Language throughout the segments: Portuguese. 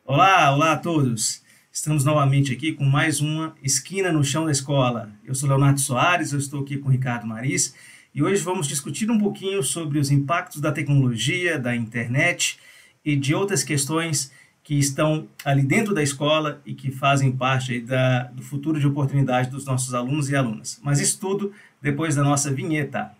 Olá, olá a todos. Estamos novamente aqui com mais uma Esquina no Chão da Escola. Eu sou Leonardo Soares, eu estou aqui com o Ricardo Maris e hoje vamos discutir um pouquinho sobre os impactos da tecnologia, da internet e de outras questões que estão ali dentro da escola e que fazem parte aí do futuro de oportunidade dos nossos alunos e alunas. Mas isso tudo depois da nossa vinheta.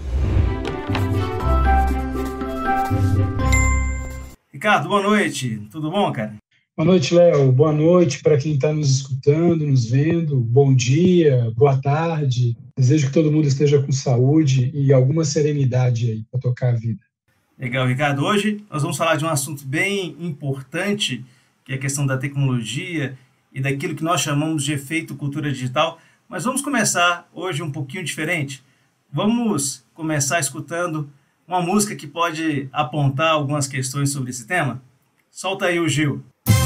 Ricardo, boa noite. Tudo bom, cara? Boa noite, Léo. Boa noite para quem está nos escutando, nos vendo. Bom dia, boa tarde. Desejo que todo mundo esteja com saúde e alguma serenidade aí para tocar a vida. Legal, Ricardo. Hoje nós vamos falar de um assunto bem importante, que é a questão da tecnologia e daquilo que nós chamamos de efeito cultura digital. Mas vamos começar hoje um pouquinho diferente. Vamos começar escutando uma música que pode apontar algumas questões sobre esse tema. Solta aí o Gil.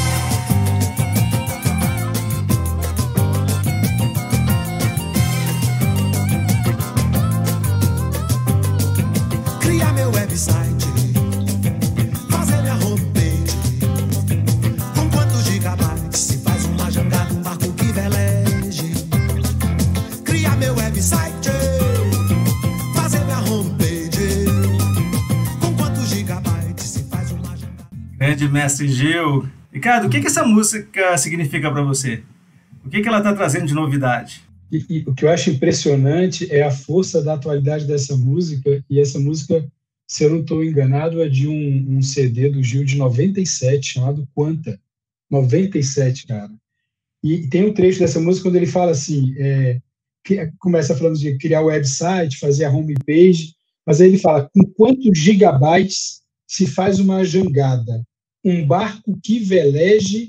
Criar meu website, fazer minha homepage. Com quantos gigabytes se faz uma jangada, um barco que veleje? Criar meu website, fazer minha homepage. Com quantos gigabytes se faz uma jangada? Grande mestre Gil. Ricardo, o que essa música significa para você? O que ela está trazendo de novidade? E o que eu acho impressionante é a força da atualidade dessa música, e essa música, se eu não estou enganado, é de um CD do Gil de 97, chamado Quanta. 97, cara. E tem um trecho dessa música quando ele fala assim, começa falando de criar o website, fazer a homepage, mas aí ele fala, com quantos gigabytes se faz uma jangada? Um barco que veleje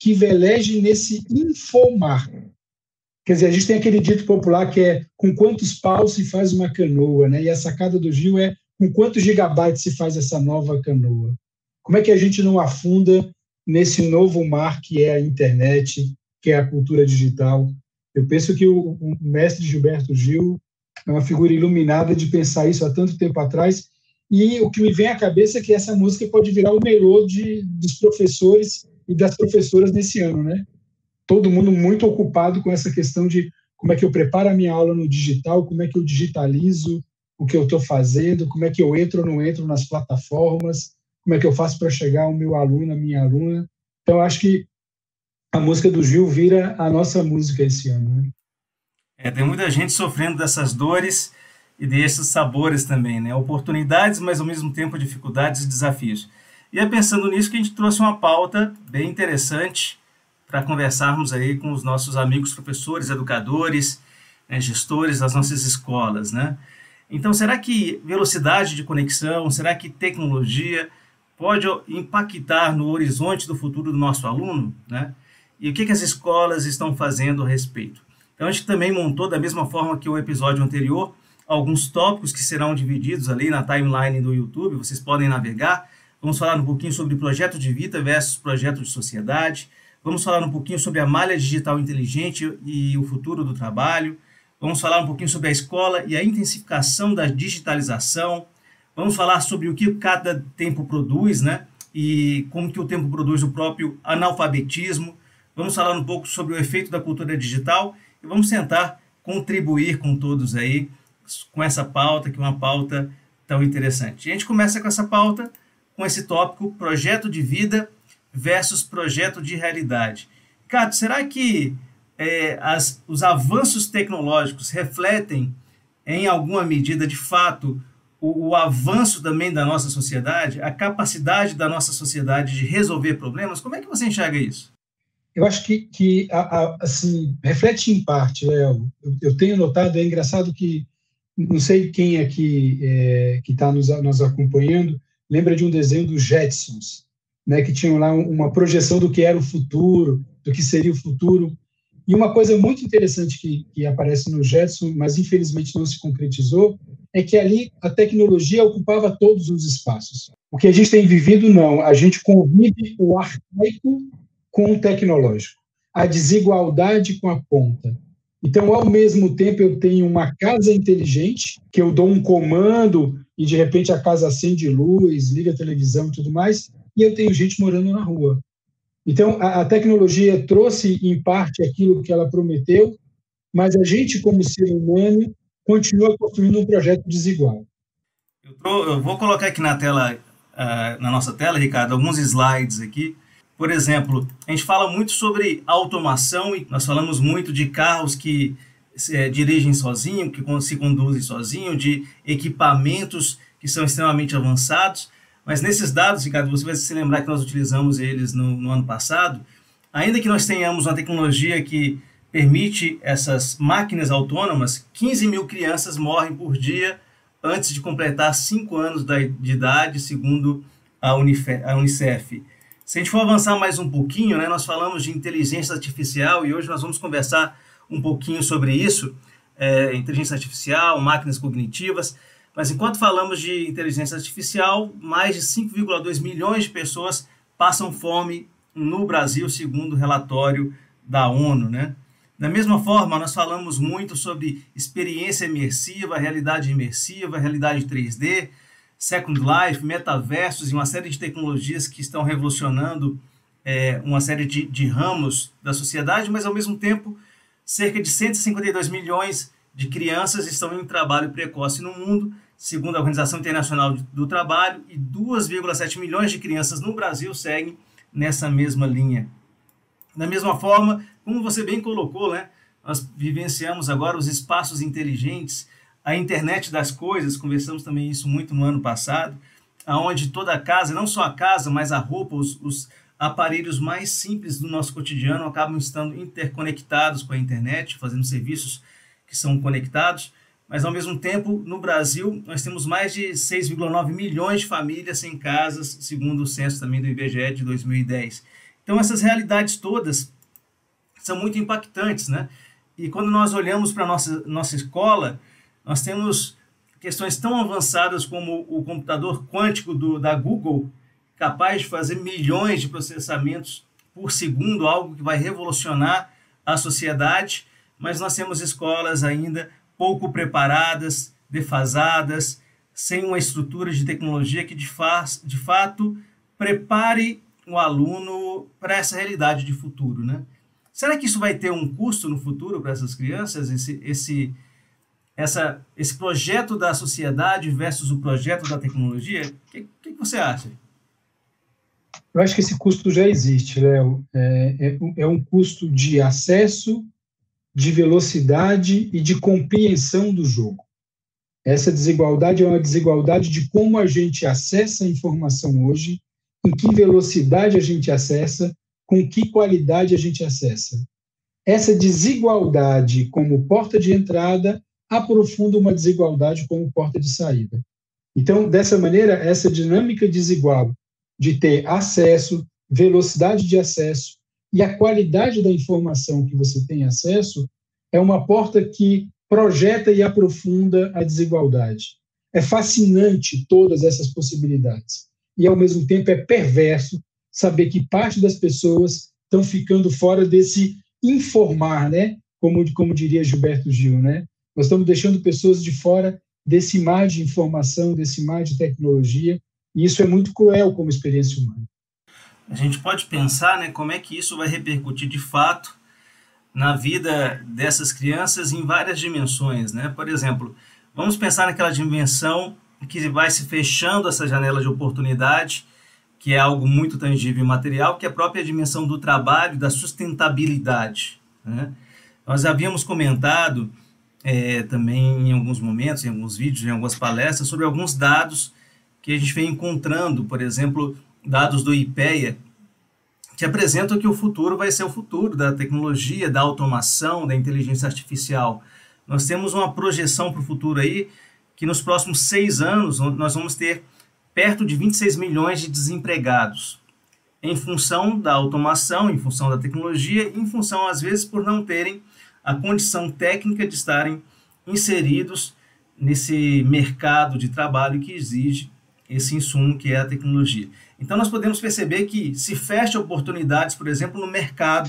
nesse infomar. Quer dizer, a gente tem aquele dito popular que é com quantos paus se faz uma canoa, né? E a sacada do Gil é com quantos gigabytes se faz essa nova canoa. Como é que a gente não afunda nesse novo mar que é a internet, que é a cultura digital? Eu penso que o mestre Gilberto Gil é uma figura iluminada de pensar isso há tanto tempo atrás, e o que me vem à cabeça é que essa música pode virar o melô dos professores e das professoras nesse ano, né? Todo mundo muito ocupado com essa questão de como é que eu preparo a minha aula no digital, como é que eu digitalizo o que eu estou fazendo, como é que eu entro ou não entro nas plataformas, como é que eu faço para chegar ao meu aluno, à minha aluna. Então, acho que a música do Gil vira a nossa música esse ano, né? Tem muita gente sofrendo dessas dores e desses sabores também, né? Oportunidades, mas ao mesmo tempo dificuldades e desafios. E é pensando nisso que a gente trouxe uma pauta bem interessante para conversarmos aí com os nossos amigos professores, educadores, né, gestores das nossas escolas, né? Então, será que velocidade de conexão, será que tecnologia pode impactar no horizonte do futuro do nosso aluno, né? E o que as escolas estão fazendo a respeito? Então, a gente também montou, da mesma forma que o episódio anterior, alguns tópicos que serão divididos ali na timeline do YouTube, vocês podem navegar. Vamos falar um pouquinho sobre projeto de vida versus projeto de sociedade. Vamos falar um pouquinho sobre a malha digital inteligente e o futuro do trabalho. Vamos falar um pouquinho sobre a escola e a intensificação da digitalização. Vamos falar sobre o que cada tempo produz, né? E como que o tempo produz o próprio analfabetismo. Vamos falar um pouco sobre o efeito da cultura digital e vamos tentar contribuir com todos aí com essa pauta, que é uma pauta tão interessante. E a gente começa com essa pauta, com esse tópico, projeto de vida versus projeto de realidade. Ricardo, será que os avanços tecnológicos refletem, em alguma medida, de fato, o avanço também da nossa sociedade, a capacidade da nossa sociedade de resolver problemas? Como é que você enxerga isso? Eu acho que assim, reflete em parte, Léo. Eu tenho notado, é engraçado que, não sei quem aqui que está nos acompanhando, lembra de um desenho dos Jetsons, né, que tinham lá uma projeção do que era o futuro, do que seria o futuro. E uma coisa muito interessante que aparece no Jetson, mas infelizmente não se concretizou, é que ali a tecnologia ocupava todos os espaços. O que a gente tem vivido, não. A gente convive o arcaico com o tecnológico, a desigualdade com a ponta. Então, ao mesmo tempo, eu tenho uma casa inteligente, que eu dou um comando e, de repente, a casa acende luz, liga a televisão e tudo mais, e eu tenho gente morando na rua. Então, a tecnologia trouxe, em parte, aquilo que ela prometeu, mas a gente, como ser humano, continua construindo um projeto desigual. Eu vou colocar aqui na tela, na nossa tela, Ricardo, alguns slides aqui. Por exemplo, a gente fala muito sobre automação e nós falamos muito de carros que dirigem sozinho, que se conduzem sozinho, de equipamentos que são extremamente avançados. Mas nesses dados, Ricardo, você vai se lembrar que nós utilizamos eles no ano passado. Ainda que nós tenhamos uma tecnologia que permite essas máquinas autônomas, 15 mil crianças morrem por dia antes de completar 5 anos de idade, segundo a Unicef. Se a gente for avançar mais um pouquinho, né, nós falamos de inteligência artificial e hoje nós vamos conversar um pouquinho sobre isso, inteligência artificial, máquinas cognitivas, mas enquanto falamos de inteligência artificial, mais de 5,2 milhões de pessoas passam fome no Brasil, segundo o relatório da ONU, né? Da mesma forma, nós falamos muito sobre experiência imersiva, realidade 3D, Second Life, metaversos e uma série de tecnologias que estão revolucionando uma série de ramos da sociedade, mas, ao mesmo tempo, cerca de 152 milhões de crianças estão em trabalho precoce no mundo, segundo a Organização Internacional do Trabalho, e 2,7 milhões de crianças no Brasil seguem nessa mesma linha. Da mesma forma, como você bem colocou, né, nós vivenciamos agora os espaços inteligentes, a internet das coisas, conversamos também isso muito no ano passado, onde toda a casa, não só a casa, mas a roupa, os aparelhos mais simples do nosso cotidiano acabam estando interconectados com a internet, fazendo serviços que são conectados, mas ao mesmo tempo, no Brasil, nós temos mais de 6,9 milhões de famílias sem casas, segundo o censo também do IBGE de 2010. Então, essas realidades todas são muito impactantes, né? E quando nós olhamos para a nossa escola, nós temos questões tão avançadas como o computador quântico da Google, capaz de fazer milhões de processamentos por segundo, algo que vai revolucionar a sociedade, mas nós temos escolas ainda pouco preparadas, defasadas, sem uma estrutura de tecnologia que de fato prepare o aluno para essa realidade de futuro, né? Será que isso vai ter um custo no futuro para essas crianças, esse projeto da sociedade versus o projeto da tecnologia? O que você acha? Eu acho que esse custo já existe, Léo. É um custo de acesso, de velocidade e de compreensão do jogo. Essa desigualdade é uma desigualdade de como a gente acessa a informação hoje, em que velocidade a gente acessa, com que qualidade a gente acessa. Essa desigualdade como porta de entrada aprofunda uma desigualdade como porta de saída. Então, dessa maneira, essa dinâmica desigual de ter acesso, velocidade de acesso e a qualidade da informação que você tem acesso é uma porta que projeta e aprofunda a desigualdade. É fascinante todas essas possibilidades. E, ao mesmo tempo, é perverso saber que parte das pessoas estão ficando fora desse informar, né? Como diria Gilberto Gil, né? Nós estamos deixando pessoas de fora desse mar de informação, desse mar de tecnologia, e isso é muito cruel como experiência humana. A gente pode pensar, né, como é que isso vai repercutir de fato na vida dessas crianças em várias dimensões, né? Por exemplo, vamos pensar naquela dimensão que vai se fechando essa janela de oportunidade, que é algo muito tangível e material, que é a própria dimensão do trabalho, da sustentabilidade, né? Nós havíamos comentado também em alguns momentos, em alguns vídeos, em algumas palestras, sobre alguns dados que a gente vem encontrando, por exemplo, dados do IPEA, que apresentam que o futuro vai ser o futuro da tecnologia, da automação, da inteligência artificial. Nós temos uma projeção para o futuro aí, que nos próximos 6 anos nós vamos ter perto de 26 milhões de desempregados, em função da automação, em função da tecnologia, em função, às vezes, por não terem a condição técnica de estarem inseridos nesse mercado de trabalho que exige esse insumo que é a tecnologia. Então, nós podemos perceber que se fecha oportunidades, por exemplo, no mercado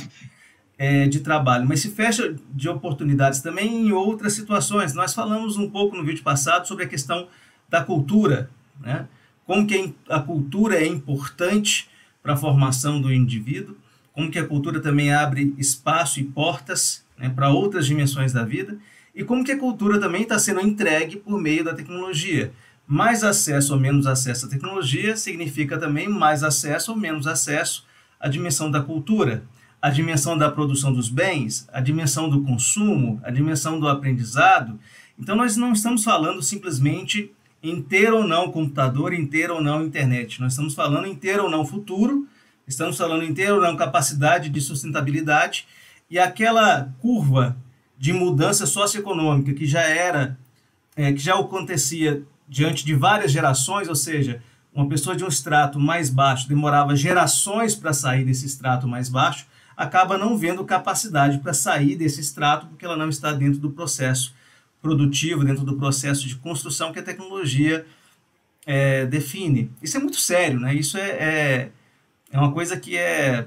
de trabalho, mas se fecha de oportunidades também em outras situações. Nós falamos um pouco no vídeo passado sobre a questão da cultura, né? Como que a cultura é importante para a formação do indivíduo, como que a cultura também abre espaço e portas, né, para outras dimensões da vida, e como que a cultura também está sendo entregue por meio da tecnologia. Mais acesso ou menos acesso à tecnologia significa também mais acesso ou menos acesso à dimensão da cultura, a dimensão da produção dos bens, a dimensão do consumo, a dimensão do aprendizado. Então, nós não estamos falando simplesmente em ter ou não computador, em ter ou não internet. Nós estamos falando em ter ou não futuro, estamos falando em ter ou não capacidade de sustentabilidade, e aquela curva de mudança socioeconômica que já acontecia diante de várias gerações, ou seja, uma pessoa de um extrato mais baixo demorava gerações para sair desse extrato mais baixo, acaba não vendo capacidade para sair desse extrato porque ela não está dentro do processo produtivo, dentro do processo de construção que a tecnologia define. Isso é muito sério, né? Isso é uma coisa que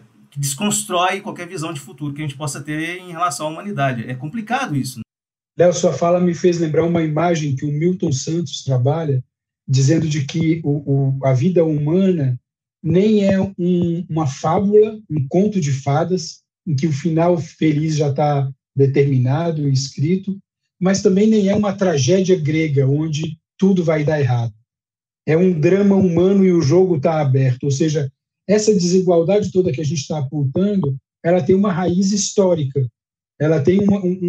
desconstrói qualquer visão de futuro que a gente possa ter em relação à humanidade. É complicado isso, né? Léo, sua fala me fez lembrar uma imagem que o Milton Santos trabalha, dizendo de que a vida humana nem é uma fábula, um conto de fadas, em que o final feliz já está determinado e escrito, mas também nem é uma tragédia grega, onde tudo vai dar errado. É um drama humano e o jogo está aberto, ou seja, essa desigualdade toda que a gente está apontando, ela tem uma raiz histórica, ela tem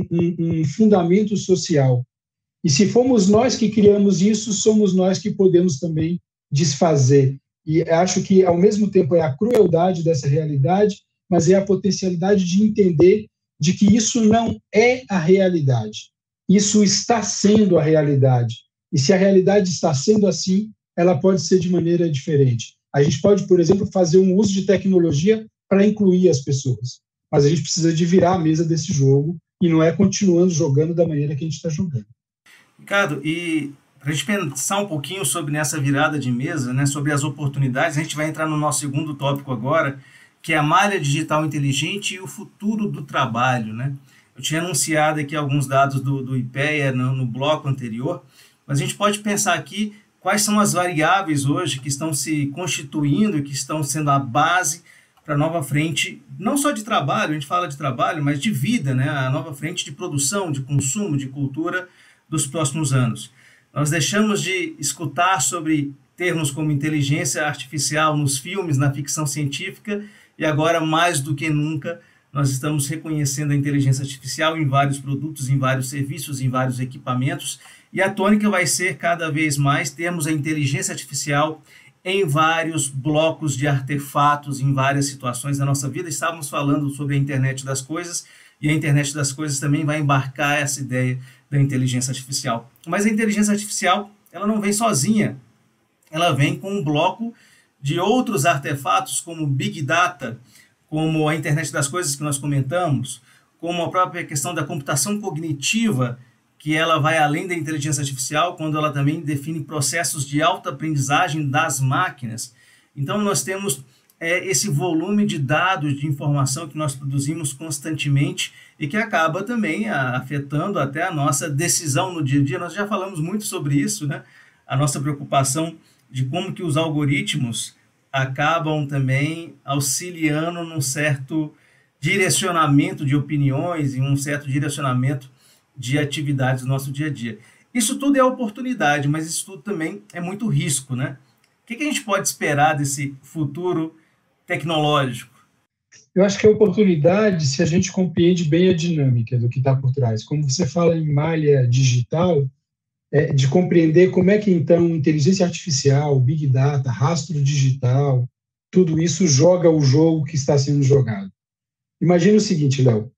um fundamento social. E se fomos nós que criamos isso, somos nós que podemos também desfazer. E acho que, ao mesmo tempo, é a crueldade dessa realidade, mas é a potencialidade de entender de que isso não é a realidade. Isso está sendo a realidade. E se a realidade está sendo assim, ela pode ser de maneira diferente. A gente pode, por exemplo, fazer um uso de tecnologia para incluir as pessoas. Mas a gente precisa de virar a mesa desse jogo e não é continuando jogando da maneira que a gente está jogando. Ricardo, e para a gente pensar um pouquinho sobre nessa virada de mesa, né, sobre as oportunidades, a gente vai entrar no nosso segundo tópico agora, que é a malha digital inteligente e o futuro do trabalho, né? Eu tinha anunciado aqui alguns dados do IPEA no bloco anterior, mas a gente pode pensar aqui quais são as variáveis hoje que estão se constituindo e que estão sendo a base para a nova frente, não só de trabalho, a gente fala de trabalho, mas de vida, né? A nova frente de produção, de consumo, de cultura dos próximos anos. Nós deixamos de escutar sobre termos como inteligência artificial nos filmes, na ficção científica, e agora, mais do que nunca, nós estamos reconhecendo a inteligência artificial em vários produtos, em vários serviços, em vários equipamentos, e a tônica vai ser cada vez mais termos a inteligência artificial em vários blocos de artefatos, em várias situações da nossa vida. Estávamos falando sobre a internet das coisas, e a internet das coisas também vai embarcar essa ideia da inteligência artificial. Mas a inteligência artificial, ela não vem sozinha, ela vem com um bloco de outros artefatos, como Big Data, como a internet das coisas que nós comentamos, como a própria questão da computação cognitiva, que ela vai além da inteligência artificial, quando ela também define processos de autoaprendizagem das máquinas. Então, nós temos esse volume de dados, de informação que nós produzimos constantemente e que acaba também afetando até a nossa decisão no dia a dia. Nós já falamos muito sobre isso, né? A nossa preocupação de como que os algoritmos acabam também auxiliando num certo direcionamento de opiniões e um certo direcionamento de atividades do nosso dia a dia. Isso tudo é oportunidade, mas isso tudo também é muito risco, né? O que a gente pode esperar desse futuro tecnológico? Eu acho que é oportunidade se a gente compreende bem a dinâmica do que está por trás. Como você fala em malha digital, de compreender como é que, então, inteligência artificial, Big Data, rastro digital, tudo isso joga o jogo que está sendo jogado. Imagina o seguinte, Léo,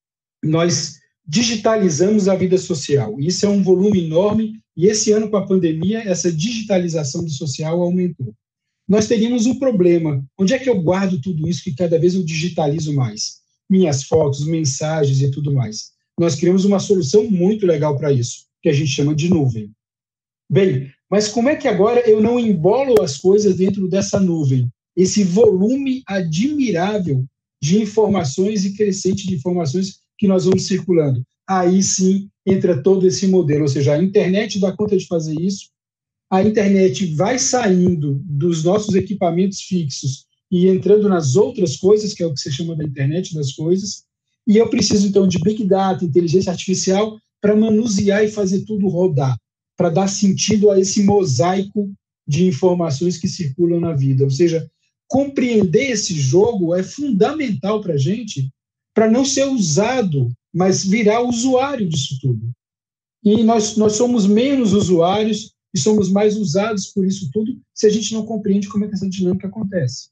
nós digitalizamos a vida social, e isso é um volume enorme, e esse ano, com a pandemia, essa digitalização do social aumentou. Nós teríamos um problema. Onde é que eu guardo tudo isso que cada vez eu digitalizo mais? Minhas fotos, mensagens e tudo mais. Nós criamos uma solução muito legal para isso, que a gente chama de nuvem. Bem, mas como é que agora eu não embolo as coisas dentro dessa nuvem? Esse volume admirável de informações e crescente de informações que nós vamos circulando. Aí sim entra todo esse modelo, ou seja, a internet dá conta de fazer isso, a internet vai saindo dos nossos equipamentos fixos e entrando nas outras coisas, que é o que você chama da internet das coisas, e eu preciso, então, de Big Data, inteligência artificial, para manusear e fazer tudo rodar, para dar sentido a esse mosaico de informações que circulam na vida. Ou seja, compreender esse jogo é fundamental para a gente, para não ser usado, mas virar usuário disso tudo. E nós somos menos usuários e somos mais usados por isso tudo se a gente não compreende como é que essa dinâmica acontece.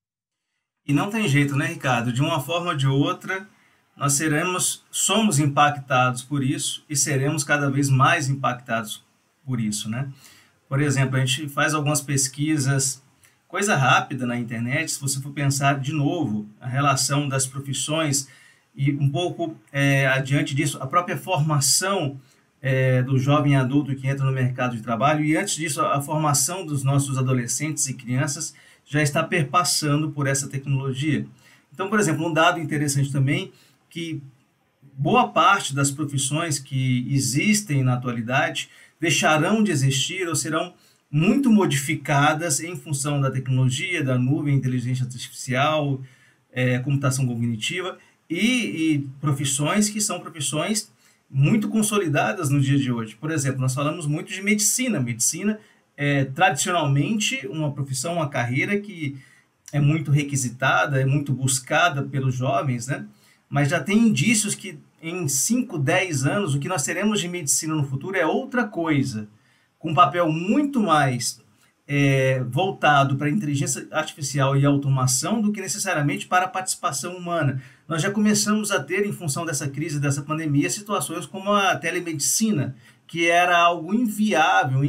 E não tem jeito, né, Ricardo? De uma forma ou de outra, nós somos impactados por isso e seremos cada vez mais impactados por isso, né? Por exemplo, a gente faz algumas pesquisas, coisa rápida na internet, se você for pensar de novo a relação das profissões e um pouco adiante disso, a própria formação do jovem adulto que entra no mercado de trabalho, e antes disso a formação dos nossos adolescentes e crianças já está perpassando por essa tecnologia. Então, por exemplo, um dado interessante também, que boa parte das profissões que existem na atualidade deixarão de existir ou serão muito modificadas em função da tecnologia, da nuvem, inteligência artificial, computação cognitiva e profissões que são profissões muito consolidadas no dia de hoje. Por exemplo, nós falamos muito de medicina. Medicina é tradicionalmente uma profissão, uma carreira que é muito requisitada, é muito buscada pelos jovens, né? Mas já tem indícios que em 5, 10 anos, o que nós teremos de medicina no futuro é outra coisa, com um papel muito mais voltado para a inteligência artificial e automação do que necessariamente para a participação humana. Nós já começamos a ter, em função dessa crise, dessa pandemia, situações como a telemedicina, que era algo inviável,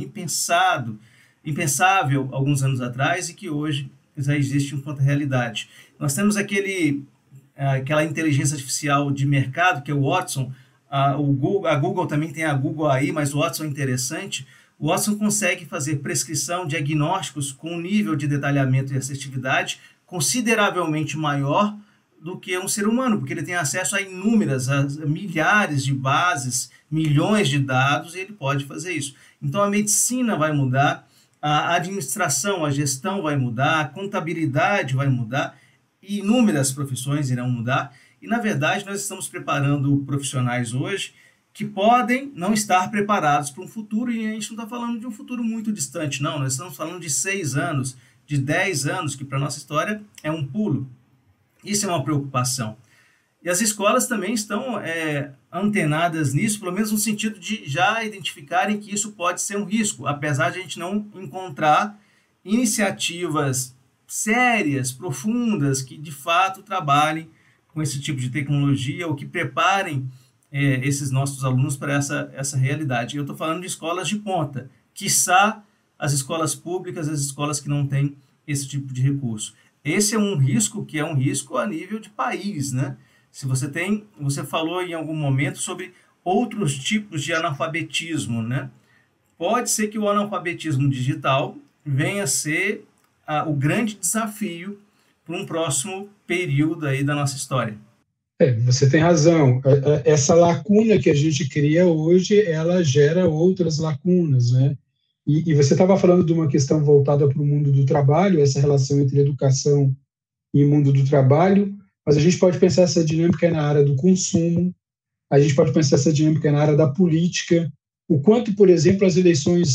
impensável alguns anos atrás e que hoje já existe enquanto realidade. Nós temos aquela inteligência artificial de mercado, que é o Watson. A Google também tem a Google AI, mas o Watson é interessante. O Watson consegue fazer prescrição, diagnósticos com um nível de detalhamento e assertividade consideravelmente maior do que um ser humano, porque ele tem acesso a milhares de bases, milhões de dados, e ele pode fazer isso. Então a medicina vai mudar, a administração, a gestão vai mudar, a contabilidade vai mudar, e inúmeras profissões irão mudar. E, na verdade, nós estamos preparando profissionais hoje que podem não estar preparados para um futuro, e a gente não está falando de um futuro muito distante, não. Nós estamos falando de 6 anos, de 10 anos, que para a nossa história é um pulo. Isso é uma preocupação. E as escolas também estão antenadas nisso, pelo menos no sentido de já identificarem que isso pode ser um risco, apesar de a gente não encontrar iniciativas sérias, profundas, que de fato trabalhem com esse tipo de tecnologia ou que preparem esses nossos alunos para essa realidade. Eu estou falando de escolas de ponta, quiçá as escolas públicas, as escolas que não têm esse tipo de recurso. Esse é um risco que é um risco a nível de país, né? Se você falou em algum momento sobre outros tipos de analfabetismo, né? Pode ser que o analfabetismo digital venha a ser o grande desafio para um próximo período aí da nossa história. Você tem razão. Essa lacuna que a gente cria hoje, ela gera outras lacunas, né? E você estava falando de uma questão voltada para o mundo do trabalho, essa relação entre educação e mundo do trabalho, mas a gente pode pensar essa dinâmica na área do consumo, a gente pode pensar essa dinâmica na área da política, o quanto, por exemplo, as eleições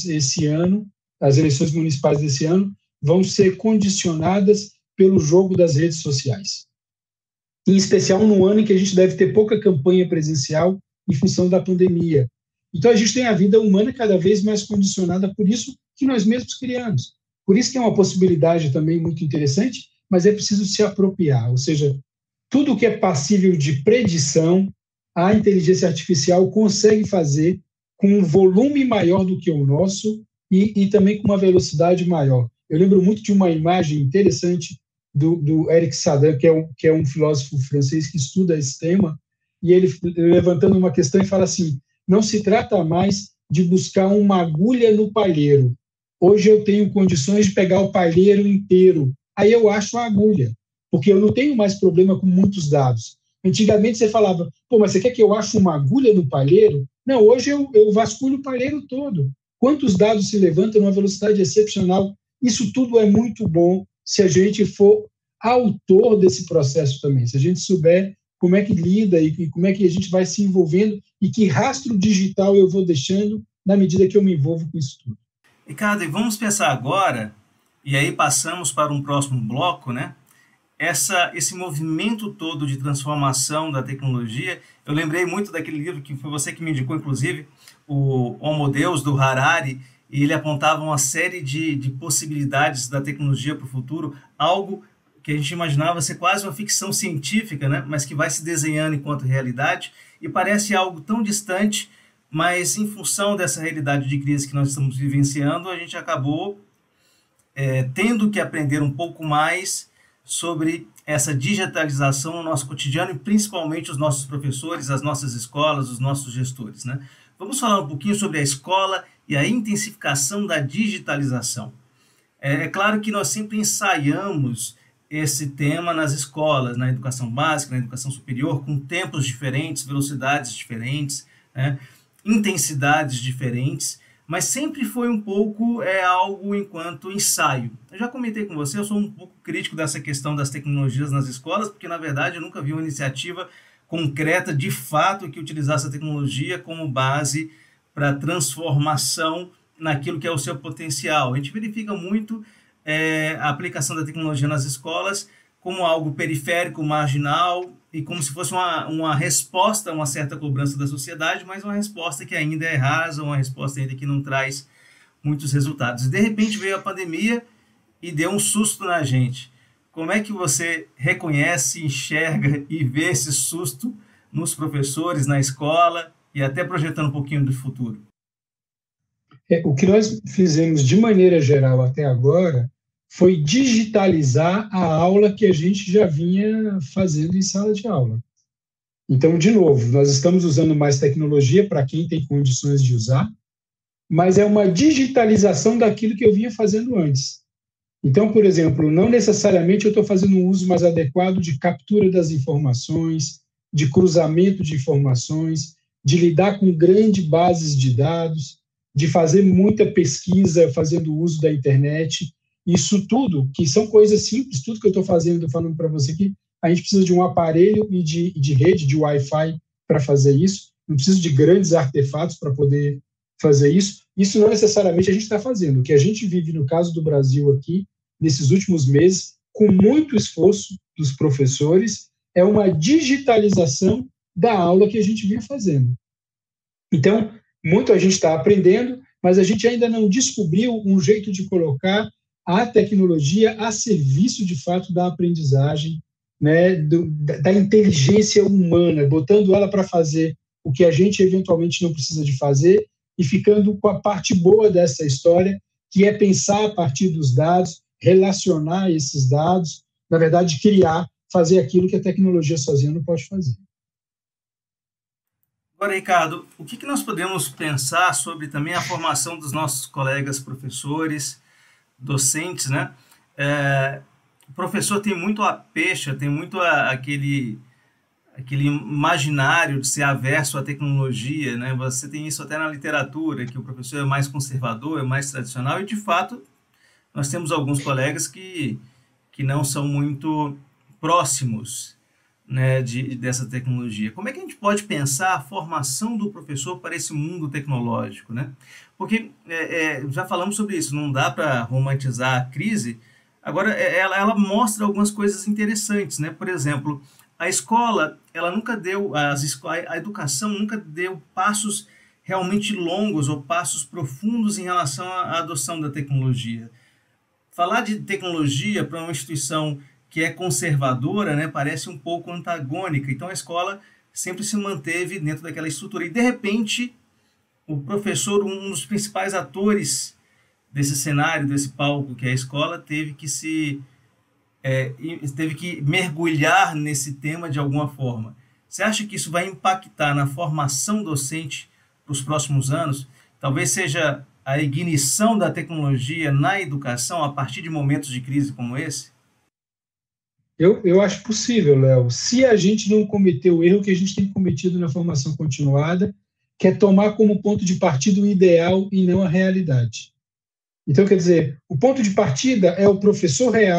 municipais desse ano, vão ser condicionadas pelo jogo das redes sociais. Em especial no ano em que a gente deve ter pouca campanha presencial em função da pandemia. Então, a gente tem a vida humana cada vez mais condicionada por isso que nós mesmos criamos. Por isso que é uma possibilidade também muito interessante, mas é preciso se apropriar. Ou seja, tudo que é passível de predição, a inteligência artificial consegue fazer com um volume maior do que o nosso e também com uma velocidade maior. Eu lembro muito de uma imagem interessante do Eric Sadan, que é um filósofo francês que estuda esse tema, e ele levantando uma questão e fala assim: não se trata mais de buscar uma agulha no palheiro. Hoje eu tenho condições de pegar o palheiro inteiro. Aí eu acho a agulha, porque eu não tenho mais problema com muitos dados. Antigamente você falava, mas você quer que eu ache uma agulha no palheiro? Não, hoje eu vasculho o palheiro todo. Quantos dados se levantam numa velocidade excepcional? Isso tudo é muito bom se a gente for autor desse processo também. Se a gente souber como é que lida e como é que a gente vai se envolvendo e que rastro digital eu vou deixando na medida que eu me envolvo com isso tudo. Ricardo, e vamos pensar agora, e aí passamos para um próximo bloco, né? Esse movimento todo de transformação da tecnologia. Eu lembrei muito daquele livro que foi você que me indicou, inclusive, o Homo Deus, do Harari, e ele apontava uma série de possibilidades da tecnologia para o futuro, algo que a gente imaginava ser quase uma ficção científica, né? Mas que vai se desenhando enquanto realidade, e parece algo tão distante, mas em função dessa realidade de crise que nós estamos vivenciando, a gente acabou tendo que aprender um pouco mais sobre essa digitalização no nosso cotidiano e principalmente os nossos professores, as nossas escolas, os nossos gestores, né? Vamos falar um pouquinho sobre a escola e a intensificação da digitalização. É claro que nós sempre ensaiamos esse tema nas escolas, na educação básica, na educação superior, com tempos diferentes, velocidades diferentes, né? Intensidades diferentes, mas sempre foi um pouco algo enquanto ensaio. Eu já comentei com você, eu sou um pouco crítico dessa questão das tecnologias nas escolas, porque, na verdade, eu nunca vi uma iniciativa concreta, de fato, que utilizasse a tecnologia como base para transformação naquilo que é o seu potencial. A gente verifica muito a aplicação da tecnologia nas escolas como algo periférico, marginal, e como se fosse uma resposta a uma certa cobrança da sociedade, mas uma resposta que ainda é rasa, uma resposta ainda que não traz muitos resultados. E, de repente, veio a pandemia e deu um susto na gente. Como é que você reconhece, enxerga e vê esse susto nos professores, na escola, e até projetando um pouquinho do futuro? O que nós fizemos de maneira geral até agora foi digitalizar a aula que a gente já vinha fazendo em sala de aula. Então, de novo, nós estamos usando mais tecnologia para quem tem condições de usar, mas é uma digitalização daquilo que eu vinha fazendo antes. Então, por exemplo, não necessariamente eu estou fazendo um uso mais adequado de captura das informações, de cruzamento de informações, de lidar com grandes bases de dados, de fazer muita pesquisa fazendo uso da internet. Isso tudo, que são coisas simples, tudo que eu estou falando para você aqui, a gente precisa de um aparelho e de rede, de Wi-Fi para fazer isso, não precisa de grandes artefatos para poder fazer isso. Isso não necessariamente a gente está fazendo. O que a gente vive no caso do Brasil aqui, nesses últimos meses, com muito esforço dos professores, é uma digitalização da aula que a gente vinha fazendo. Então, muito a gente está aprendendo, mas a gente ainda não descobriu um jeito de colocar a tecnologia a serviço, de fato, da aprendizagem, né, da inteligência humana, botando ela para fazer o que a gente eventualmente não precisa de fazer e ficando com a parte boa dessa história, que é pensar a partir dos dados, relacionar esses dados, na verdade, criar, fazer aquilo que a tecnologia sozinha não pode fazer. Agora, Ricardo, o que nós podemos pensar sobre também a formação dos nossos colegas professores, docentes, né? O professor tem muito a pecha, tem muito aquele imaginário de ser averso à tecnologia, né? Você tem isso até na literatura, que o professor é mais conservador, é mais tradicional, e de fato nós temos alguns colegas que não são muito próximos, né, dessa tecnologia. Como é que a gente pode pensar a formação do professor para esse mundo tecnológico, né? Porque já falamos sobre isso, não dá para romantizar a crise. Agora, ela mostra algumas coisas interessantes, né? Por exemplo, a escola, ela nunca deu, a educação nunca deu passos realmente longos ou passos profundos em relação à adoção da tecnologia. Falar de tecnologia para uma instituição que é conservadora, né, parece um pouco antagônica. Então, a escola sempre se manteve dentro daquela estrutura. E, de repente, o professor, um dos principais atores desse cenário, desse palco que é a escola, teve que mergulhar nesse tema de alguma forma. Você acha que isso vai impactar na formação docente para os próximos anos? Talvez seja a ignição da tecnologia na educação a partir de momentos de crise como esse? Eu acho possível, Léo, se a gente não cometer o erro que a gente tem cometido na formação continuada, que é tomar como ponto de partida o ideal e não a realidade. Então, quer dizer, o ponto de partida é o professor real,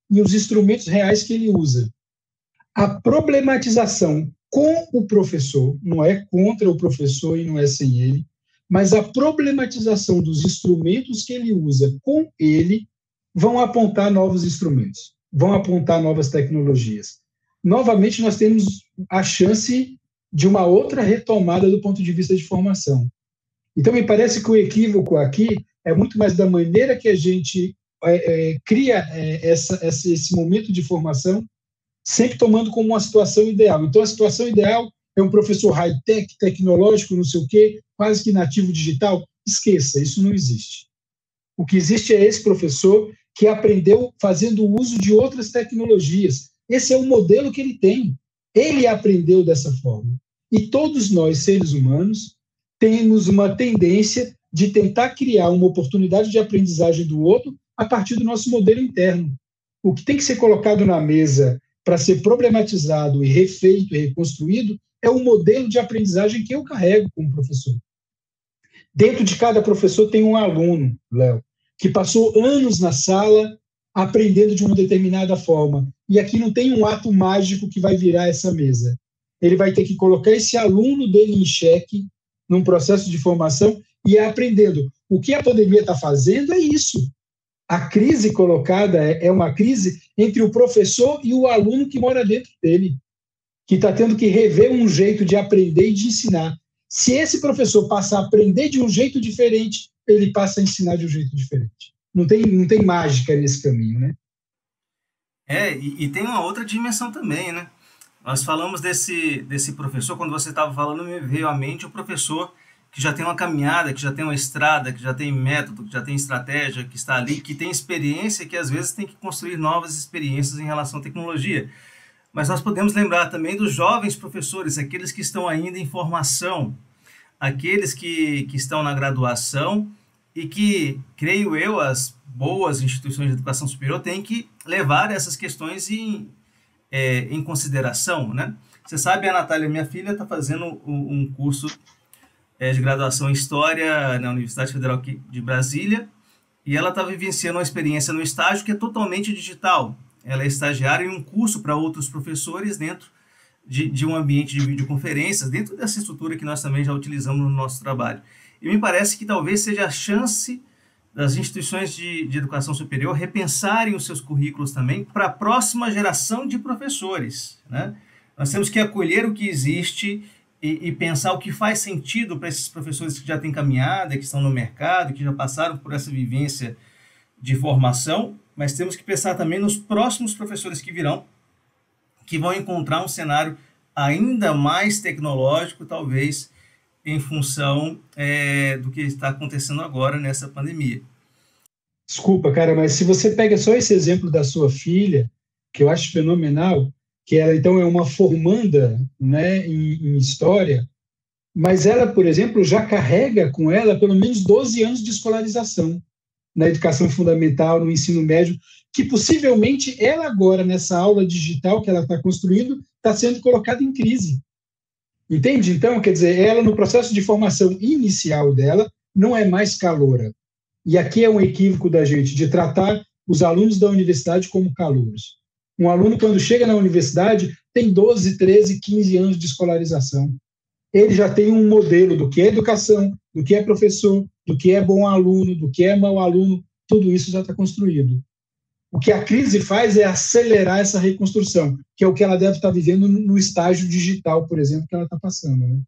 e os instrumentos reais que ele usa. A problematização com o professor, não é contra o professor e não é sem ele, mas a problematização dos instrumentos que ele usa com ele vão apontar novos instrumentos, vão apontar novas tecnologias. Novamente, nós temos a chance de uma outra retomada do ponto de vista de formação. Então, me parece que o equívoco aqui é muito mais da maneira que a gente cria esse momento de formação, sempre tomando como uma situação ideal. Então, a situação ideal é um professor high-tech, tecnológico, não sei o quê, quase que nativo digital. Esqueça, isso não existe. O que existe é esse professor que aprendeu fazendo uso de outras tecnologias. Esse é o modelo que ele tem. Ele aprendeu dessa forma. E todos nós, seres humanos, temos uma tendência de tentar criar uma oportunidade de aprendizagem do outro a partir do nosso modelo interno. O que tem que ser colocado na mesa para ser problematizado e refeito e reconstruído é o modelo de aprendizagem que eu carrego como professor. Dentro de cada professor tem um aluno, Léo, que passou anos na sala aprendendo de uma determinada forma. E aqui não tem um ato mágico que vai virar essa mesa. Ele vai ter que colocar esse aluno dele em xeque num processo de formação e ir aprendendo. O que a pandemia está fazendo é isso. A crise colocada é uma crise entre o professor e o aluno que mora dentro dele, que está tendo que rever um jeito de aprender e de ensinar. Se esse professor passa a aprender de um jeito diferente, ele passa a ensinar de um jeito diferente. Não tem mágica nesse caminho, né? E tem uma outra dimensão também, né? Nós falamos desse professor, quando você estava falando, me veio à mente o professor que já tem uma caminhada, que já tem uma estrada, que já tem método, que já tem estratégia, que está ali, que tem experiência, que às vezes tem que construir novas experiências em relação à tecnologia. Mas nós podemos lembrar também dos jovens professores, aqueles que estão ainda em formação, aqueles que estão na graduação e que, creio eu, as boas instituições de educação superior têm que levar essas questões em consideração, né? Você sabe, a Natália, minha filha, está fazendo um curso de graduação em História na Universidade Federal de Brasília, e ela está vivenciando uma experiência no estágio que é totalmente digital. Ela é estagiária em um curso para outros professores dentro de um ambiente de videoconferências, dentro dessa estrutura que nós também já utilizamos no nosso trabalho. E me parece que talvez seja a chance das instituições de educação superior repensarem os seus currículos também para a próxima geração de professores, né? Nós temos que acolher o que existe e pensar o que faz sentido para esses professores que já têm caminhada, que estão no mercado, que já passaram por essa vivência de formação, mas temos que pensar também nos próximos professores que virão, que vão encontrar um cenário ainda mais tecnológico, talvez, em função do que está acontecendo agora nessa pandemia. Desculpa, cara, mas se você pega só esse exemplo da sua filha, que eu acho fenomenal, que ela, então, é uma formanda, né, em História, mas ela, por exemplo, já carrega com ela pelo menos 12 anos de escolarização na educação fundamental, no ensino médio, que possivelmente ela agora, nessa aula digital que ela está construindo, está sendo colocada em crise. Entende? Então, quer dizer, ela, no processo de formação inicial dela, não é mais caloura. E aqui é um equívoco da gente, de tratar os alunos da universidade como calouros. Um aluno, quando chega na universidade, tem 12, 13, 15 anos de escolarização. Ele já tem um modelo do que é educação, do que é professor, do que é bom aluno, do que é mau aluno, tudo isso já está construído. O que a crise faz é acelerar essa reconstrução, que é o que ela deve estar vivendo no estágio digital, por exemplo, que ela está passando, né?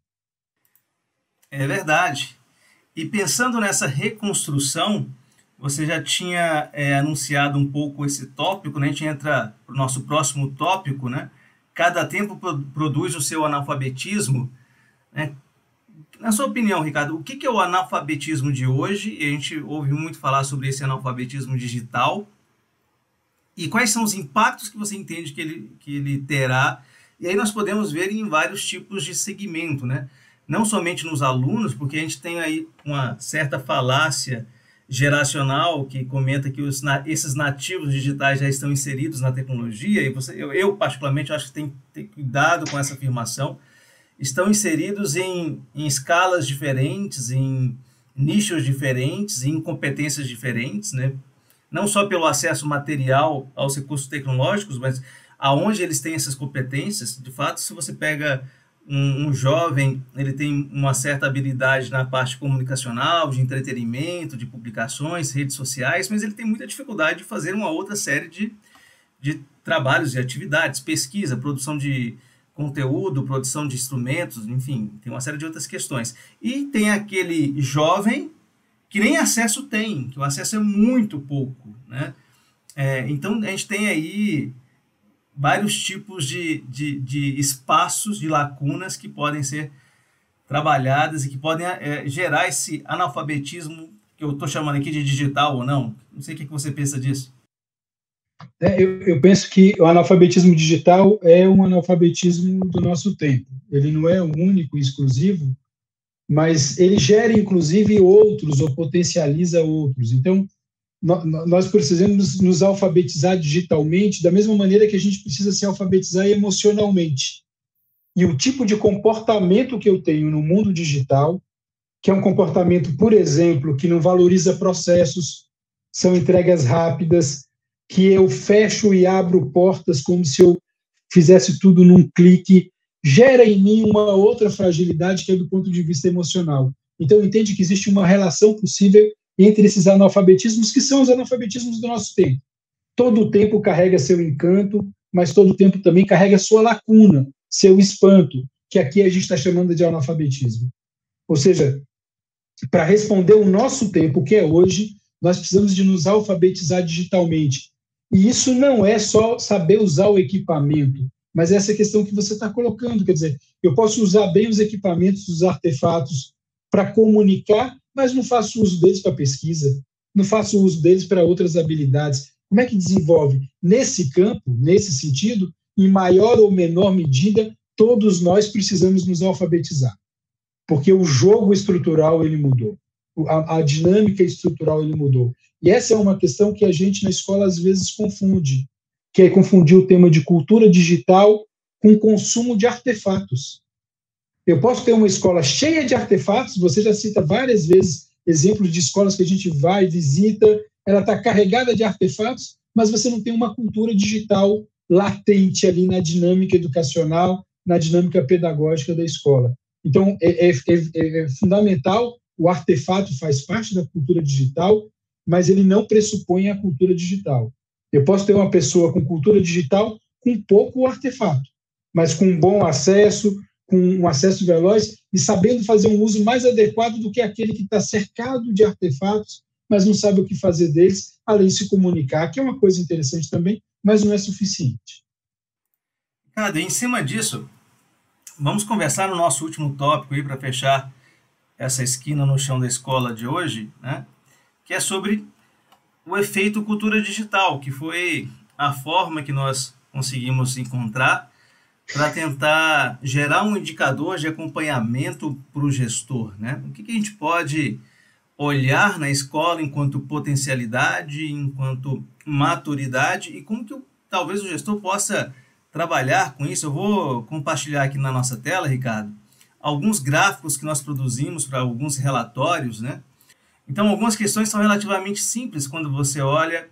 É verdade. E pensando nessa reconstrução, você já tinha anunciado um pouco esse tópico, né? A gente entra para o nosso próximo tópico, né? Cada tempo produz o seu analfabetismo, né? Na sua opinião, Ricardo, o que é o analfabetismo de hoje? E a gente ouve muito falar sobre esse analfabetismo digital. E quais são os impactos que você entende que ele terá? E aí nós podemos ver em vários tipos de segmento, né? Não somente nos alunos, porque a gente tem aí uma certa falácia geracional que comenta que esses nativos digitais já estão inseridos na tecnologia, e eu particularmente acho que tem que ter cuidado com essa afirmação, estão inseridos em escalas diferentes, em nichos diferentes, em competências diferentes, né? não só pelo acesso material aos recursos tecnológicos, mas aonde eles têm essas competências. De fato, se você pega um jovem, ele tem uma certa habilidade na parte comunicacional, de entretenimento, de publicações, redes sociais, mas ele tem muita dificuldade de fazer uma outra série de trabalhos e atividades, pesquisa, produção de conteúdo, produção de instrumentos, enfim, tem uma série de outras questões. E tem aquele jovem que nem acesso tem, que o acesso é muito pouco, né? Então, a gente tem aí vários tipos de espaços, de lacunas que podem ser trabalhadas e que podem gerar esse analfabetismo que eu estou chamando aqui de digital ou não. Não sei o que você pensa disso. Eu penso que o analfabetismo digital é um analfabetismo do nosso tempo. Ele não é o único e exclusivo, mas ele gera, inclusive, outros ou potencializa outros. Então, nós precisamos nos alfabetizar digitalmente da mesma maneira que a gente precisa se alfabetizar emocionalmente. E o tipo de comportamento que eu tenho no mundo digital, que é um comportamento, por exemplo, que não valoriza processos, são entregas rápidas, que eu fecho e abro portas como se eu fizesse tudo num clique, gera em mim uma outra fragilidade que é do ponto de vista emocional. Então, entende que existe uma relação possível entre esses analfabetismos, que são os analfabetismos do nosso tempo. Todo o tempo carrega seu encanto, mas todo o tempo também carrega sua lacuna, seu espanto, que aqui a gente está chamando de analfabetismo. Ou seja, para responder o nosso tempo, que é hoje, nós precisamos de nos alfabetizar digitalmente. E isso não é só saber usar o equipamento, mas essa questão que você está colocando, quer dizer, eu posso usar bem os equipamentos, os artefatos para comunicar, mas não faço uso deles para pesquisa, não faço uso deles para outras habilidades. Como é que desenvolve? Nesse campo, nesse sentido, em maior ou menor medida, todos nós precisamos nos alfabetizar, porque o jogo estrutural ele mudou, a dinâmica estrutural ele mudou. E essa é uma questão que a gente na escola às vezes confunde, que é confundir o tema de cultura digital com consumo de artefatos. Eu posso ter uma escola cheia de artefatos, você já cita várias vezes exemplos de escolas que a gente vai, visita, ela está carregada de artefatos, mas você não tem uma cultura digital latente ali na dinâmica educacional, na dinâmica pedagógica da escola. Então, é fundamental, o artefato faz parte da cultura digital, mas ele não pressupõe a cultura digital. Eu posso ter uma pessoa com cultura digital com pouco artefato, mas com bom acesso, com um acesso veloz e sabendo fazer um uso mais adequado do que aquele que está cercado de artefatos, mas não sabe o que fazer deles, além de se comunicar, que é uma coisa interessante também, mas não é suficiente. Ricardo, em cima disso, vamos conversar no nosso último tópico aí para fechar essa esquina no chão da escola de hoje, né? Que é sobre o efeito cultura digital, que foi a forma que nós conseguimos encontrar para tentar gerar um indicador de acompanhamento para o gestor, né? O que a gente pode olhar na escola enquanto potencialidade, enquanto maturidade e como que talvez o gestor possa trabalhar com isso. Eu vou compartilhar aqui na nossa tela, Ricardo, alguns gráficos que nós produzimos para alguns relatórios, né? Então, algumas questões são relativamente simples quando você olha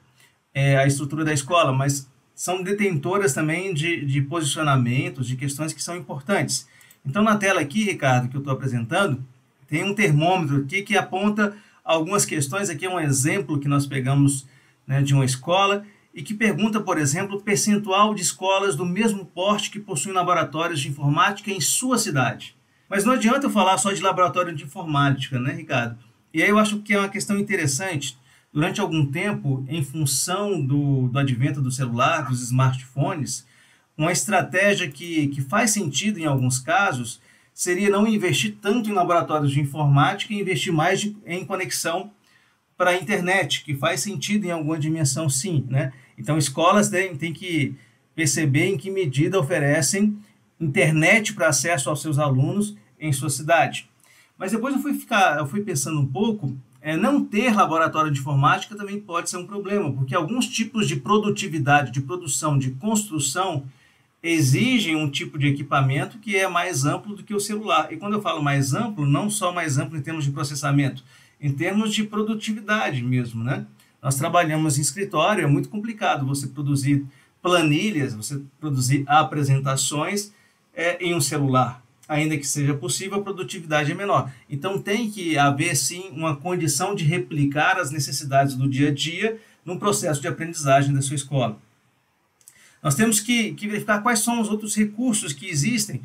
a estrutura da escola, mas são detentoras também de posicionamentos, de questões que são importantes. Então, na tela aqui, Ricardo, que eu estou apresentando, tem um termômetro aqui que aponta algumas questões. Aqui é um exemplo que nós pegamos, né, de uma escola e que pergunta, por exemplo, o percentual de escolas do mesmo porte que possuem laboratórios de informática em sua cidade. Mas não adianta eu falar só de laboratório de informática, né, Ricardo? E aí eu acho que é uma questão interessante. Durante algum tempo, em função do advento do celular, dos smartphones, uma estratégia que faz sentido em alguns casos seria não investir tanto em laboratórios de informática e investir mais em conexão para a internet, que faz sentido em alguma dimensão, sim, né? Então, escolas têm que perceber em que medida oferecem internet para acesso aos seus alunos em sua cidade. Mas depois eu fui pensando um pouco, não ter laboratório de informática também pode ser um problema, porque alguns tipos de produtividade, de produção, de construção, exigem um tipo de equipamento que é mais amplo do que o celular. E quando eu falo mais amplo, não só mais amplo em termos de processamento, em termos de produtividade mesmo, né? Nós trabalhamos em escritório, é muito complicado você produzir planilhas, você produzir apresentações em um celular. Ainda que seja possível, a produtividade é menor. Então, tem que haver, sim, uma condição de replicar as necessidades do dia a dia num processo de aprendizagem da sua escola. Nós temos que verificar quais são os outros recursos que existem.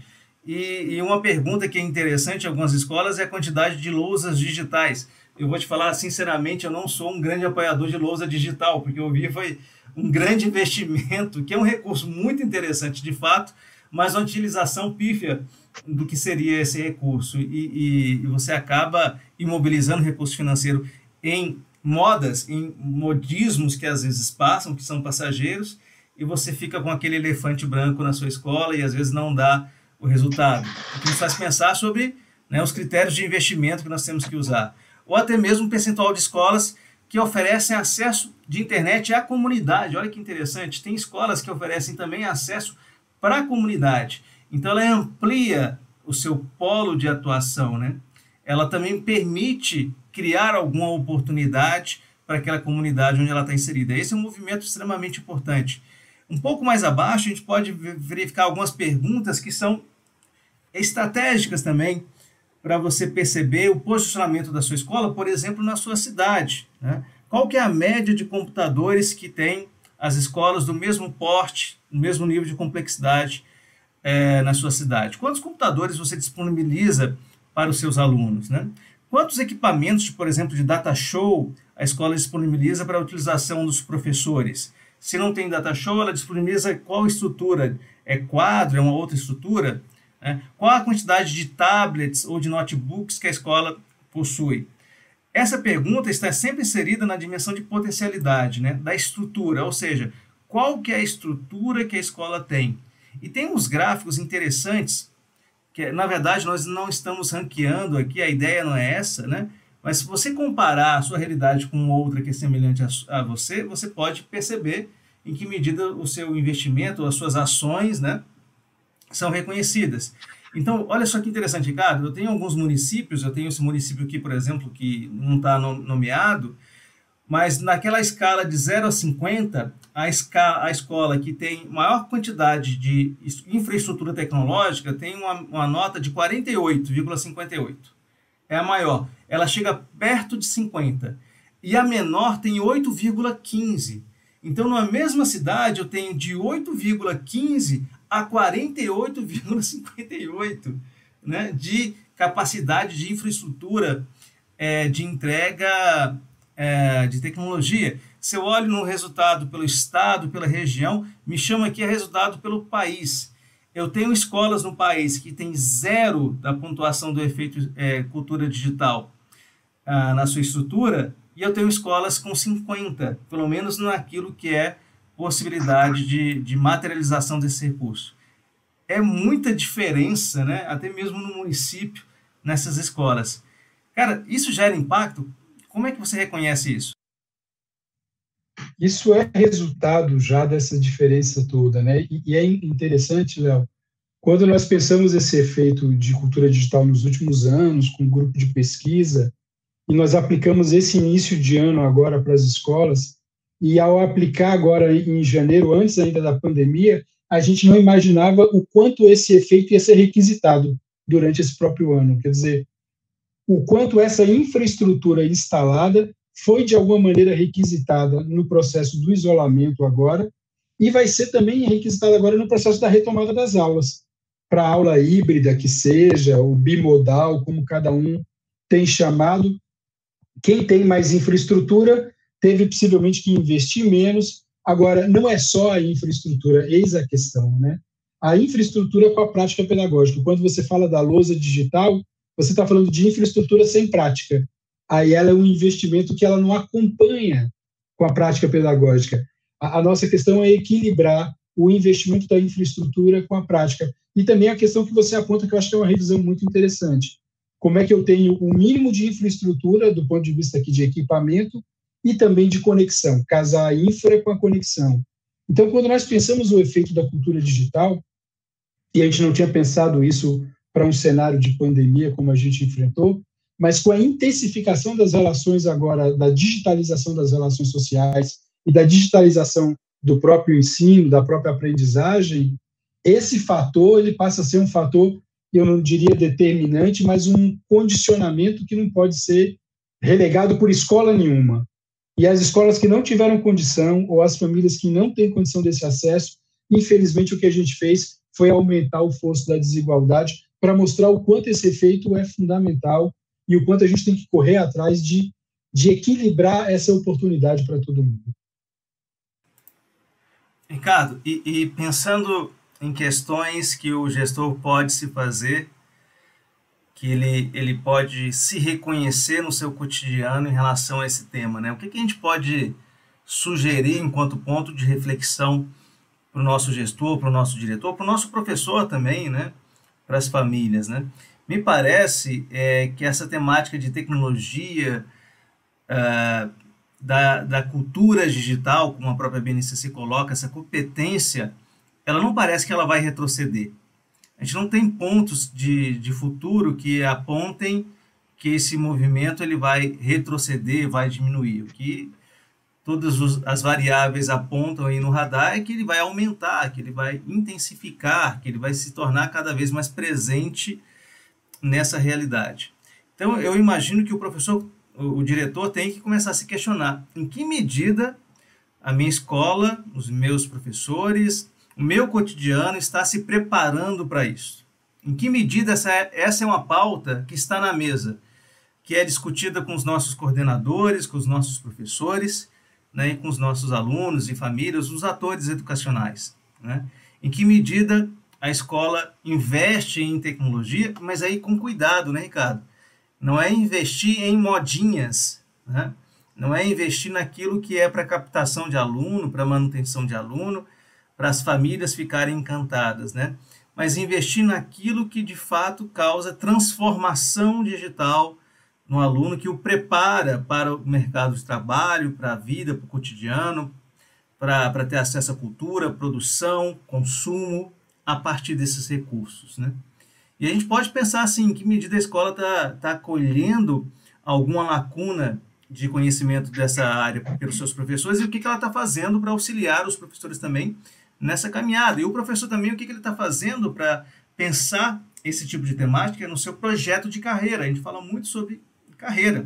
E uma pergunta que é interessante em algumas escolas é a quantidade de lousas digitais. Eu vou te falar, sinceramente, eu não sou um grande apoiador de lousa digital, porque eu vi foi um grande investimento, que é um recurso muito interessante de fato, mas uma utilização pífia do que seria esse recurso. E você acaba imobilizando o recurso financeiro em modas, em modismos que às vezes passam, que são passageiros, e você fica com aquele elefante branco na sua escola e às vezes não dá o resultado. O que nos faz pensar sobre, né, os critérios de investimento que nós temos que usar. Ou até mesmo um percentual de escolas que oferecem acesso de internet à comunidade. Olha que interessante, tem escolas que oferecem também acesso para a comunidade. Então, ela amplia o seu polo de atuação, né? Ela também permite criar alguma oportunidade para aquela comunidade onde ela está inserida. Esse é um movimento extremamente importante. Um pouco mais abaixo, a gente pode verificar algumas perguntas que são estratégicas também para você perceber o posicionamento da sua escola, por exemplo, na sua cidade, né? Qual que é a média de computadores que tem as escolas do mesmo porte, do mesmo nível de complexidade na sua cidade? Quantos computadores você disponibiliza para os seus alunos, né? Quantos equipamentos, por exemplo, de data show a escola disponibiliza para a utilização dos professores? Se não tem data show, ela disponibiliza qual estrutura? É quadro? É uma outra estrutura? Qual a quantidade de tablets ou de notebooks que a escola possui? Essa pergunta está sempre inserida na dimensão de potencialidade, né, da estrutura, ou seja, qual que é a estrutura que a escola tem. E tem uns gráficos interessantes, que na verdade nós não estamos ranqueando aqui, a ideia não é essa, né? Mas se você comparar a sua realidade com outra que é semelhante a você, você pode perceber em que medida o seu investimento, as suas ações, né, são reconhecidas. Então, olha só que interessante, Ricardo, eu tenho alguns municípios, eu tenho esse município aqui, por exemplo, que não está nomeado, mas naquela escala de 0 a 50, a escola que tem maior quantidade de infraestrutura tecnológica tem uma nota de 48,58. É a maior. Ela chega perto de 50. E a menor tem 8,15. Então, numa mesma cidade, eu tenho de 8,15 a 48,58, né, de capacidade de infraestrutura de entrega de tecnologia. Se eu olho no resultado pelo estado, pela região, me chama aqui a resultado pelo país. Eu tenho escolas no país que tem 0 da pontuação do efeito cultura digital na sua estrutura, e eu tenho escolas com 50, pelo menos naquilo que é possibilidade de materialização desse recurso. É muita diferença, né? Até mesmo no município, nessas escolas. Cara, isso gera impacto? Como é que você reconhece isso? Isso é resultado já dessa diferença toda, né? E é interessante, Léo, quando nós pensamos esse efeito de cultura digital nos últimos anos, com um grupo de pesquisa, e nós aplicamos esse início de ano agora para as escolas, e ao aplicar agora em janeiro, antes ainda da pandemia, a gente não imaginava o quanto esse efeito ia ser requisitado durante esse próprio ano. Quer dizer, o quanto essa infraestrutura instalada foi, de alguma maneira, requisitada no processo do isolamento agora, e vai ser também requisitada agora no processo da retomada das aulas, para a aula híbrida que seja, ou bimodal, como cada um tem chamado. Quem tem mais infraestrutura teve possivelmente que investir menos. Agora, não é só a infraestrutura, eis a questão, né? A infraestrutura com a prática pedagógica. Quando você fala da lousa digital, você está falando de infraestrutura sem prática. Aí ela é um investimento que ela não acompanha com a prática pedagógica. A nossa questão é equilibrar o investimento da infraestrutura com a prática. E também a questão que você aponta, que eu acho que é uma revisão muito interessante. Como é que eu tenho o mínimo de infraestrutura, do ponto de vista aqui de equipamento, e também de conexão, casar a infra com a conexão. Então, quando nós pensamos o efeito da cultura digital, e a gente não tinha pensado isso para um cenário de pandemia como a gente enfrentou, mas com a intensificação das relações agora, da digitalização das relações sociais e da digitalização do próprio ensino, da própria aprendizagem, esse fator ele passa a ser um fator, eu não diria determinante, mas um condicionamento que não pode ser relegado por escola nenhuma. E as escolas que não tiveram condição, ou as famílias que não têm condição desse acesso, infelizmente o que a gente fez foi aumentar o fosso da desigualdade para mostrar o quanto esse efeito é fundamental e o quanto a gente tem que correr atrás de equilibrar essa oportunidade para todo mundo. Ricardo, e pensando em questões que o gestor pode se fazer, que ele pode se reconhecer no seu cotidiano em relação a esse tema, né? O que a gente pode sugerir enquanto ponto de reflexão para o nosso gestor, para o nosso diretor, para o nosso professor também, né? Para as famílias, né? Me parece que essa temática de tecnologia, da cultura digital, como a própria BNCC coloca, essa competência, ela não parece que ela vai retroceder. A gente não tem pontos de futuro que apontem que esse movimento ele vai retroceder, vai diminuir. O que todas as variáveis apontam aí no radar é que ele vai aumentar, que ele vai intensificar, que ele vai se tornar cada vez mais presente nessa realidade. Então, eu imagino que o professor, o diretor, tem que começar a se questionar em que medida a minha escola, os meus professores, o meu cotidiano está se preparando para isso. Em que medida essa é uma pauta que está na mesa, que é discutida com os nossos coordenadores, com os nossos professores, né, e com os nossos alunos e famílias, os atores educacionais, né? Em que medida a escola investe em tecnologia, mas aí com cuidado, né, Ricardo? Não é investir em modinhas, né? Não é investir naquilo que é para captação de aluno, para manutenção de aluno, para as famílias ficarem encantadas, né? Mas investir naquilo que de fato causa transformação digital no aluno, que o prepara para o mercado de trabalho, para a vida, para o cotidiano, para ter acesso à cultura, produção, consumo, a partir desses recursos, né? E a gente pode pensar assim, em que medida a escola está acolhendo alguma lacuna de conhecimento dessa área pelos seus professores e o que ela está fazendo para auxiliar os professores também nessa caminhada. E o professor também, o que ele está fazendo para pensar esse tipo de temática no seu projeto de carreira. A gente fala muito sobre carreira.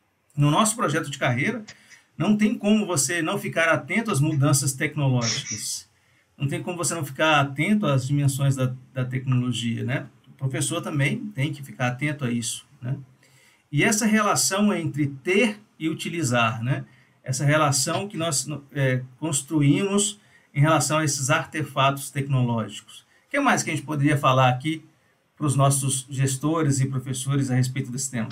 No nosso projeto de carreira, não tem como você não ficar atento às mudanças tecnológicas. Não tem como você não ficar atento às dimensões da tecnologia, né? O professor também tem que ficar atento a isso, né? E essa relação entre ter e utilizar, né? Essa relação que nós construímos em relação a esses artefatos tecnológicos. O que mais que a gente poderia falar aqui para os nossos gestores e professores a respeito desse tema?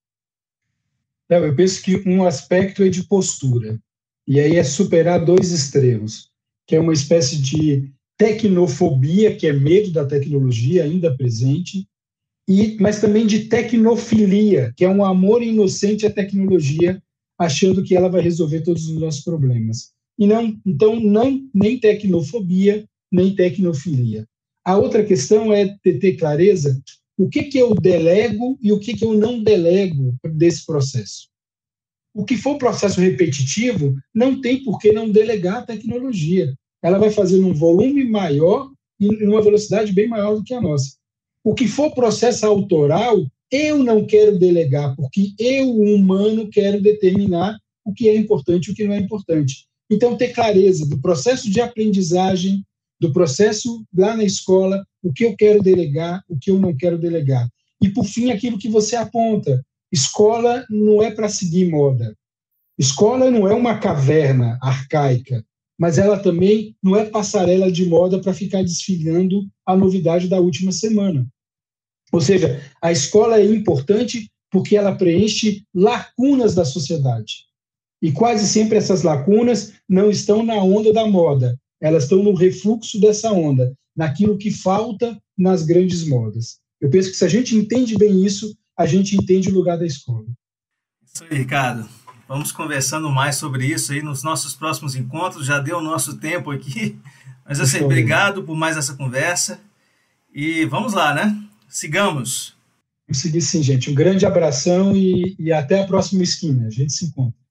Eu penso que um aspecto é de postura, e aí é superar dois extremos, que é uma espécie de tecnofobia, que é medo da tecnologia ainda presente, mas também de tecnofilia, que é um amor inocente à tecnologia, achando que ela vai resolver todos os nossos problemas. E então, nem tecnofobia, nem tecnofilia. A outra questão é ter clareza o que eu delego e o que eu não delego desse processo. O que for processo repetitivo, não tem por que não delegar a tecnologia. Ela vai fazer num volume maior e numa velocidade bem maior do que a nossa. O que for processo autoral, eu não quero delegar, porque eu, humano, quero determinar o que é importante e o que não é importante. Então, ter clareza do processo de aprendizagem, do processo lá na escola, o que eu quero delegar, o que eu não quero delegar. E, por fim, aquilo que você aponta. Escola não é para seguir moda. Escola não é uma caverna arcaica, mas ela também não é passarela de moda para ficar desfilando a novidade da última semana. Ou seja, a escola é importante porque ela preenche lacunas da sociedade. E quase sempre essas lacunas não estão na onda da moda, elas estão no refluxo dessa onda, naquilo que falta nas grandes modas. Eu penso que se a gente entende bem isso, a gente entende o lugar da escola. Isso aí, Ricardo. Vamos conversando mais sobre isso aí nos nossos próximos encontros. Já deu o nosso tempo aqui. Mas assim, obrigado por mais essa conversa. E vamos lá, né? Sigamos. Vamos seguir sim, gente. Um grande abração e até a próxima esquina. A gente se encontra.